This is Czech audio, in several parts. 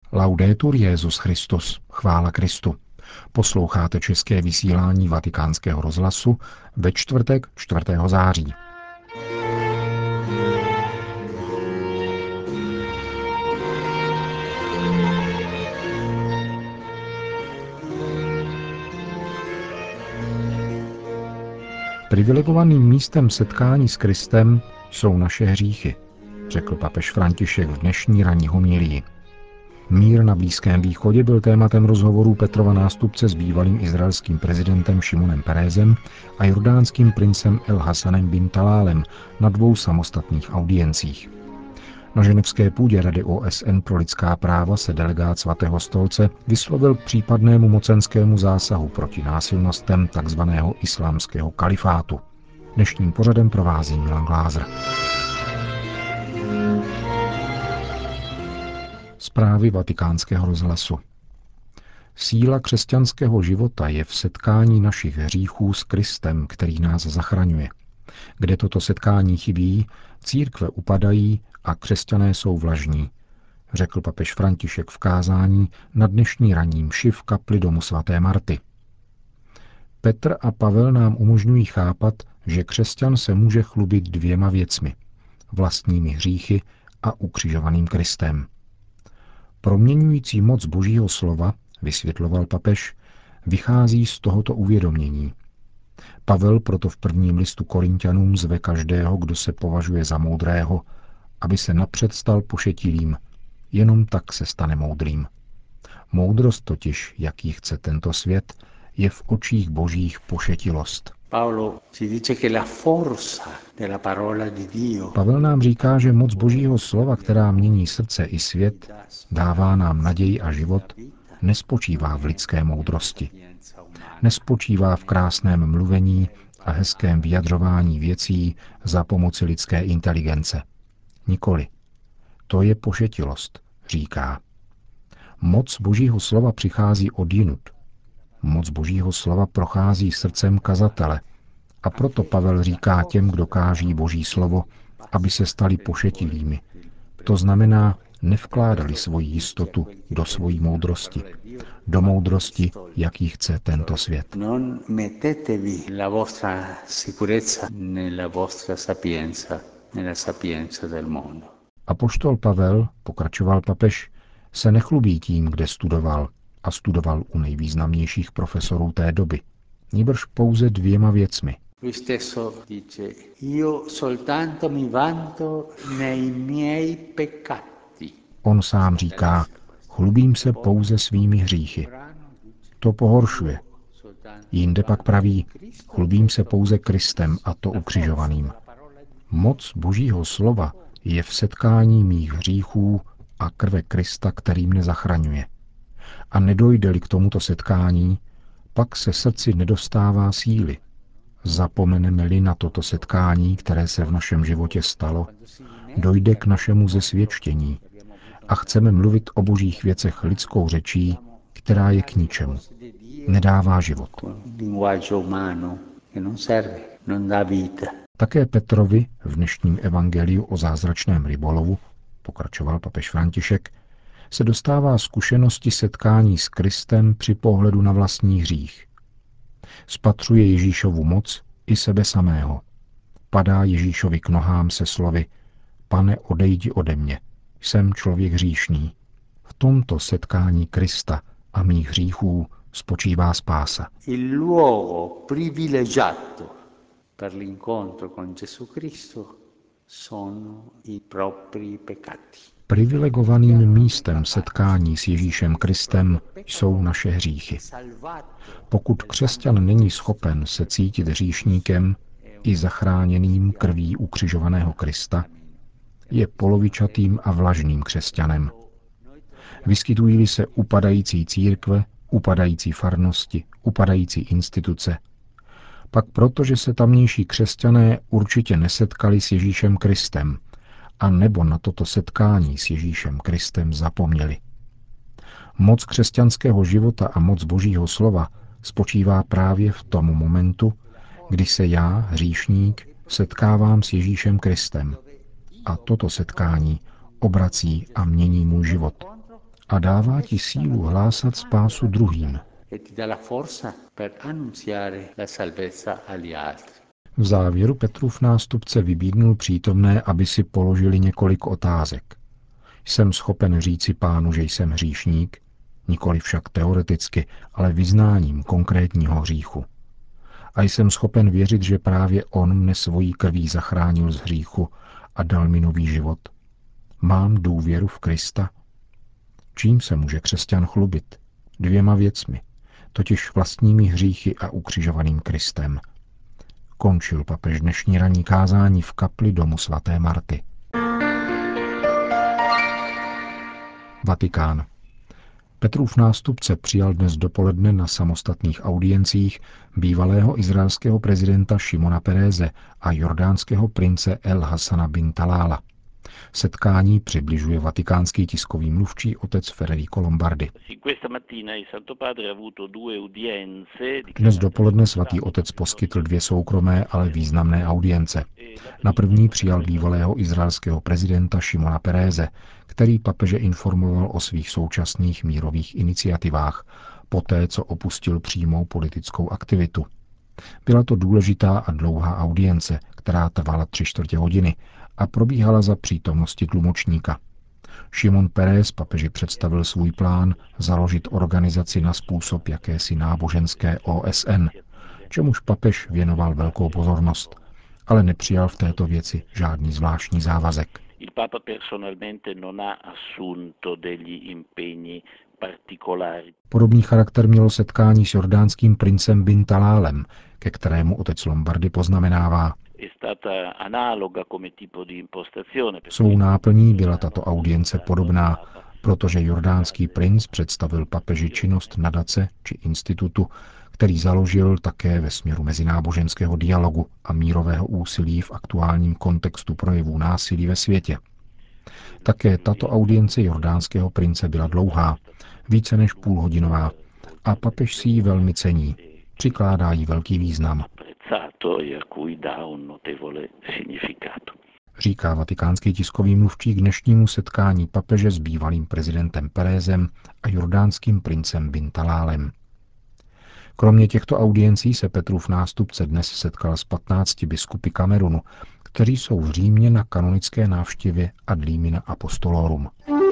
Laudetur Jesus Christus, chvála Kristu. Posloucháte české vysílání Vatikánského rozhlasu ve čtvrtek 4. září. Privilegovaným místem setkání s Kristem jsou naše hříchy, řekl papež František v dnešní ranní homilii. Mír na Blízkém východě byl tématem rozhovorů Petrova nástupce s bývalým izraelským prezidentem Šimonem Perézem a jordánským princem El Hassanem bin Találem na 2 samostatných audiencích. Na ženevské půdě Rady OSN pro lidská práva se delegát Svatého stolce vyslovil k případnému mocenskému zásahu proti násilnostem tzv. Islámského kalifátu. Dnešním pořadem provází Milan Glázer. Zprávy Vatikánského rozhlasu. Síla křesťanského života je v setkání našich hříchů s Kristem, který nás zachraňuje. Kde toto setkání chybí, církve upadají a křesťané jsou vlažní, řekl papež František v kázání na dnešní ranní mši v kapli domu svaté Marty. Petr a Pavel nám umožňují chápat, že křesťan se může chlubit 2 věcmi: vlastními hříchy a ukřižovaným Kristem. Proměňující moc Božího slova, vysvětloval papež, vychází z tohoto uvědomění. Pavel proto v prvním listu Korinťanům zve každého, kdo se považuje za moudrého, aby se napřed stal pošetilým, jenom tak se stane moudrým. Moudrost totiž, jak ji chce tento svět, je v očích Božích pošetilost. Pavel nám říká, že moc Božího slova, která mění srdce i svět, dává nám naději a život, nespočívá v lidské moudrosti. Nespočívá v krásném mluvení a hezkém vyjadřování věcí za pomoci lidské inteligence. Nikoli. To je pošetilost, říká. Moc Božího slova přichází odjinud. Moc Božího slova prochází srdcem kazatele a proto Pavel říká těm, kdo káží Boží slovo, aby se stali pošetilými. To znamená, nevkládali svoji jistotu do svojí moudrosti, do moudrosti, jak ji chce tento svět. Apoštol Pavel, pokračoval papež, se nechlubí tím, kde studoval, a studoval u nejvýznamnějších profesorů té doby, nýbrž pouze 2 věcmi. On sám říká, chlubím se pouze svými hříchy. To pohoršuje. Jinde pak praví, chlubím se pouze Kristem a to ukřižovaným. Moc Božího slova je v setkání mých hříchů a krve Krista, který mne zachraňuje. A nedojde-li k tomuto setkání, pak se srdci nedostává síly. Zapomeneme-li na toto setkání, které se v našem životě stalo, dojde k našemu zesvědčení a chceme mluvit o božích věcech lidskou řečí, která je k ničemu. Nedává život. Také Petrovi v dnešním evangeliu o zázračném rybolovu, pokračoval papež František, se dostává zkušenosti setkání s Kristem při pohledu na vlastní hřích. Spatřuje Ježíšovu moc i sebe samého. Padá Ježíšovi k nohám se slovy: Pane, odejdi ode mě, jsem člověk hříšný. V tomto setkání Krista a mých hříchů spočívá spása. Il luogo privilegiato per l'incontro con Gesù Cristo sono i propri peccati. Privilegovaným místem setkání s Ježíšem Kristem jsou naše hříchy. Pokud křesťan není schopen se cítit hříšníkem i zachráněným krví ukřižovaného Krista, je polovičatým a vlažným křesťanem. Vyskytují-li se upadající církve, upadající farnosti, upadající instituce, pak protože se tamnější křesťané určitě nesetkali s Ježíšem Kristem, a nebo na toto setkání s Ježíšem Kristem zapomněli. Moc křesťanského života a moc Božího slova spočívá právě v tom momentu, kdy se já, hříšník, setkávám s Ježíšem Kristem. A toto setkání obrací a mění můj život. a dává ti sílu hlásat spásu druhým. V závěru Petrův nástupce vybídnul přítomné, aby si položili několik otázek. Jsem schopen říci Pánu, že jsem hříšník? Nikoli však teoreticky, ale vyznáním konkrétního hříchu. A jsem schopen věřit, že právě on mne svojí krví zachránil z hříchu a dal mi nový život? Mám důvěru v Krista? Čím se může křesťan chlubit? 2 věcmi, totiž vlastními hříchy a ukřižovaným Kristem. Končil papež dnešní ranní kázání v kapli domu svaté Marty. Vatikán. Petrův nástupce přijal dnes dopoledne na samostatných audiencích bývalého izraelského prezidenta Šimona Peréze a jordánského prince El Hassana bin Talála. Setkání přibližuje vatikánský tiskový mluvčí otec Federico Lombardi. Dnes dopoledne svatý otec poskytl 2 soukromé, ale významné audience. Na první přijal bývalého izraelského prezidenta Šimona Peréze, který papeže informoval o svých současných mírových iniciativách, poté co opustil přímou politickou aktivitu. Byla to důležitá a dlouhá audience, která trvala 3/4 hodiny a probíhala za přítomnosti tlumočníka. Šimon Peres papeži představil svůj plán založit organizaci na způsob jakési náboženské OSN, čemuž papež věnoval velkou pozornost, ale nepřijal v této věci žádný zvláštní závazek. Podobný charakter mělo setkání s jordánským princem bin Találem, ke kterému otec Lombardi poznamenává. Svou náplní byla tato audience podobná, protože jordánský princ představil papeži činnost nadace či institutu, který založil také ve směru mezináboženského dialogu a mírového úsilí v aktuálním kontextu projevů násilí ve světě. Také tato audience jordánského prince byla dlouhá, více než půlhodinová, a papež si ji velmi cení, přikládá jí velký význam. Říká vatikánský tiskový mluvčí k dnešnímu setkání papeže s bývalým prezidentem Perézem a jordánským princem bin Találem. Kromě těchto audiencí se Petrův nástupce dnes setkal s 15 biskupy Kamerunu, kteří jsou v Římě na kanonické návštěvě ad limina apostolorum.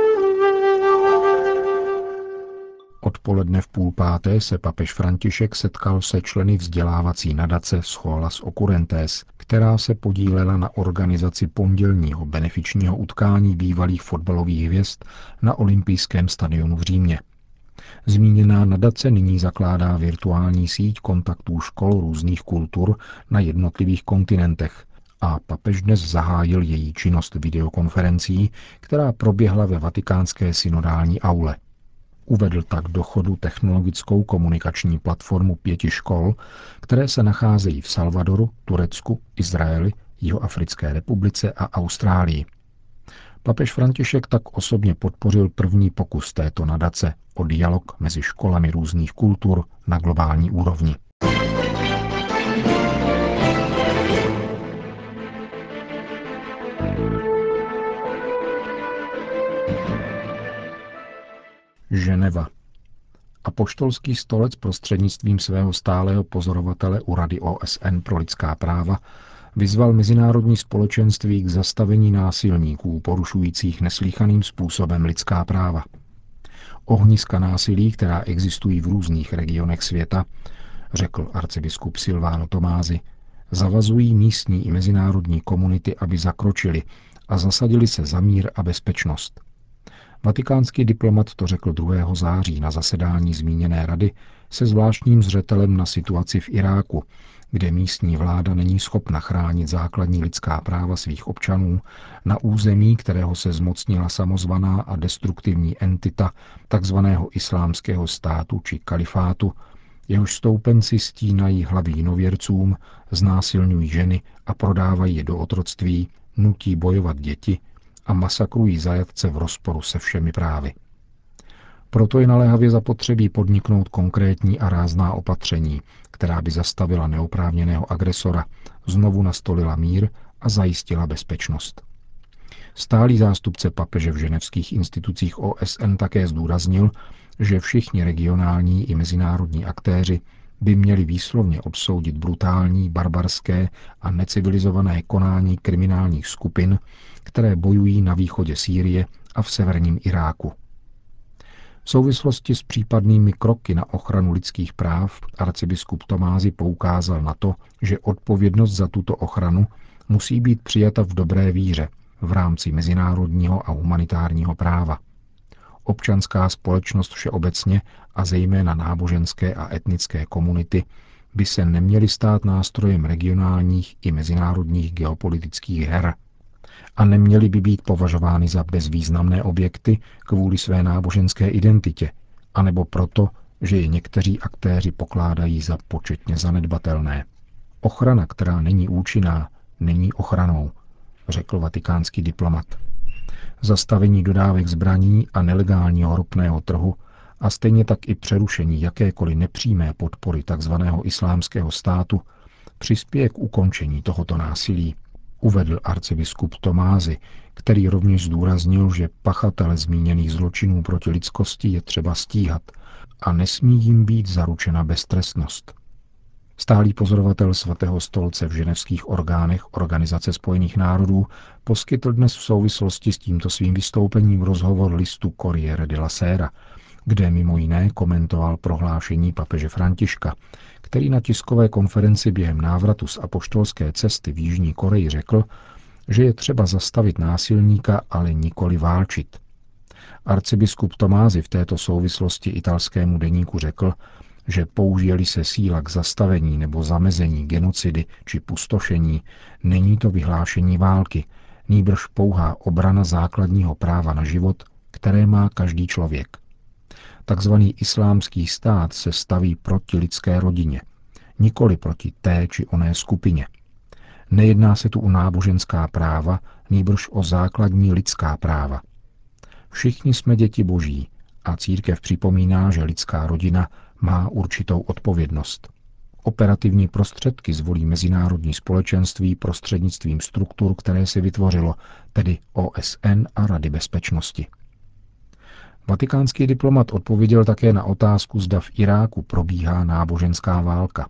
Odpoledne v 4:30 se papež František setkal se členy vzdělávací nadace Scholas Occurrentes, která se podílela na organizaci pondělního benefičního utkání bývalých fotbalových hvězd na olympijském stadionu v Římě. Zmíněná nadace nyní zakládá virtuální síť kontaktů škol různých kultur na jednotlivých kontinentech a papež dnes zahájil její činnost videokonferencí, která proběhla ve vatikánské synodální aule. Uvedl tak do chodu technologickou komunikační platformu 5 škol, které se nacházejí v Salvadoru, Turecku, Izraeli, Jihoafrické republice a Austrálii. Papež František tak osobně podpořil první pokus této nadace o dialog mezi školami různých kultur na globální úrovni. Ženeva. Apoštolský stolec prostřednictvím svého stálého pozorovatele u Rady OSN pro lidská práva vyzval mezinárodní společenství k zastavení násilníků porušujících neslýchaným způsobem lidská práva. Ohniska násilí, která existují v různých regionech světa, řekl arcibiskup Silvano Tomázy, zavazují místní i mezinárodní komunity, aby zakročili a zasadili se za mír a bezpečnost. Vatikánský diplomat to řekl 2. září na zasedání zmíněné rady se zvláštním zřetelem na situaci v Iráku, kde místní vláda není schopna chránit základní lidská práva svých občanů na území, kterého se zmocnila samozvaná a destruktivní entita takzvaného islámského státu či kalifátu, jehož stoupenci stínají hlavy jinověrcům, znásilňují ženy a prodávají je do otroctví, nutí bojovat děti a masakrují zajatce v rozporu se všemi právy. Proto je naléhavě zapotřebí podniknout konkrétní a rázná opatření, která by zastavila neoprávněného agresora, znovu nastolila mír a zajistila bezpečnost. Stálý zástupce papeže v ženevských institucích OSN také zdůraznil, že všichni regionální i mezinárodní aktéři by měli výslovně odsoudit brutální, barbarské a necivilizované konání kriminálních skupin, které bojují na východě Sýrie a v severním Iráku. V souvislosti s případnými kroky na ochranu lidských práv arcibiskup Tomázy poukázal na to, že odpovědnost za tuto ochranu musí být přijata v dobré víře v rámci mezinárodního a humanitárního práva. Občanská společnost všeobecně a zejména náboženské a etnické komunity by se neměly stát nástrojem regionálních i mezinárodních geopolitických her a neměly by být považovány za bezvýznamné objekty kvůli své náboženské identitě, anebo proto, že je někteří aktéři pokládají za početně zanedbatelné. Ochrana, která není účinná, není ochranou, řekl vatikánský diplomat. Zastavení dodávek zbraní a nelegálního ropného trhu a stejně tak i přerušení jakékoliv nepřímé podpory tzv. Islámského státu přispěje k ukončení tohoto násilí, uvedl arcibiskup Tomázy, který rovněž zdůraznil, že pachatele zmíněných zločinů proti lidskosti je třeba stíhat a nesmí jim být zaručena beztrestnost. Stálý pozorovatel Svatého stolce v ženevských orgánech Organizace spojených národů poskytl dnes v souvislosti s tímto svým vystoupením rozhovor listu Corriere della Sera, kde mimo jiné komentoval prohlášení papeže Františka, který na tiskové konferenci během návratu z apoštolské cesty v Jižní Koreji řekl, že je třeba zastavit násilníka, ale nikoli válčit. Arcibiskup Tomázy v této souvislosti italskému deníku řekl, že použije-li se síla k zastavení nebo zamezení genocidy či pustošení, není to vyhlášení války, nýbrž pouhá obrana základního práva na život, které má každý člověk. Takzvaný islámský stát se staví proti lidské rodině, nikoli proti té či oné skupině. Nejedná se tu o náboženská práva, nýbrž o základní lidská práva. Všichni jsme děti Boží a církev připomíná, že lidská rodina má určitou odpovědnost. Operativní prostředky zvolí mezinárodní společenství prostřednictvím struktur, které si vytvořilo, tedy OSN a Rady bezpečnosti. Vatikánský diplomat odpověděl také na otázku, zda v Iráku probíhá náboženská válka.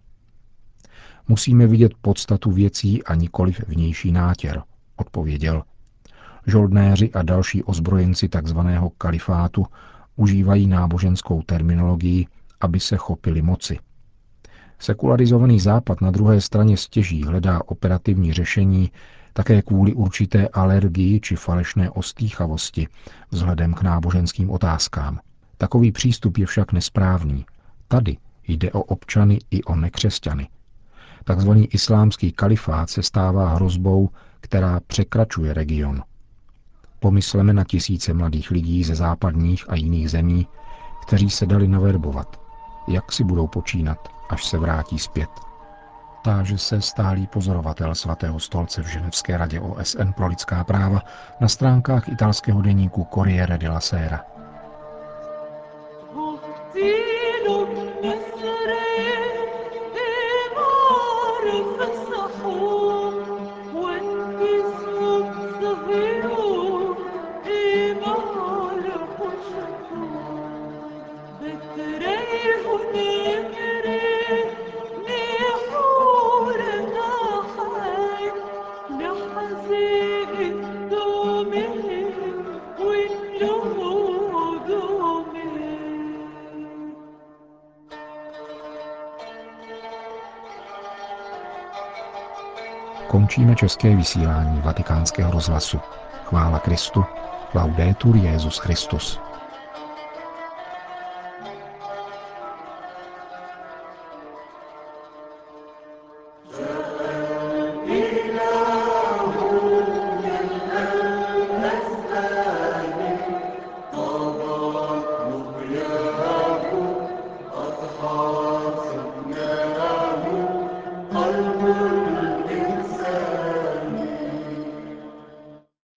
Musíme vidět podstatu věcí a nikoliv vnější nátěr, odpověděl. Žoldnéři a další ozbrojenci tzv. Kalifátu užívají náboženskou terminologii, aby se chopili moci. Sekularizovaný Západ na druhé straně stěží hledá operativní řešení také kvůli určité alergii či falešné ostýchavosti vzhledem k náboženským otázkám. Takový přístup je však nesprávný. Tady jde o občany i o nekřesťany. Takzvaný islámský kalifát se stává hrozbou, která překračuje region. Pomysleme na tisíce mladých lidí ze západních a jiných zemí, kteří se dali naverbovat. Jak si budou počínat, až se vrátí zpět? Táže se stálý pozorovatel Svatého stolce v Ženevské radě OSN pro lidská práva na stránkách italského deníku Corriere della Sera. Končíme české vysílání Vatikánského rozhlasu. Chvála Kristu. Laudetur Jesus Christus.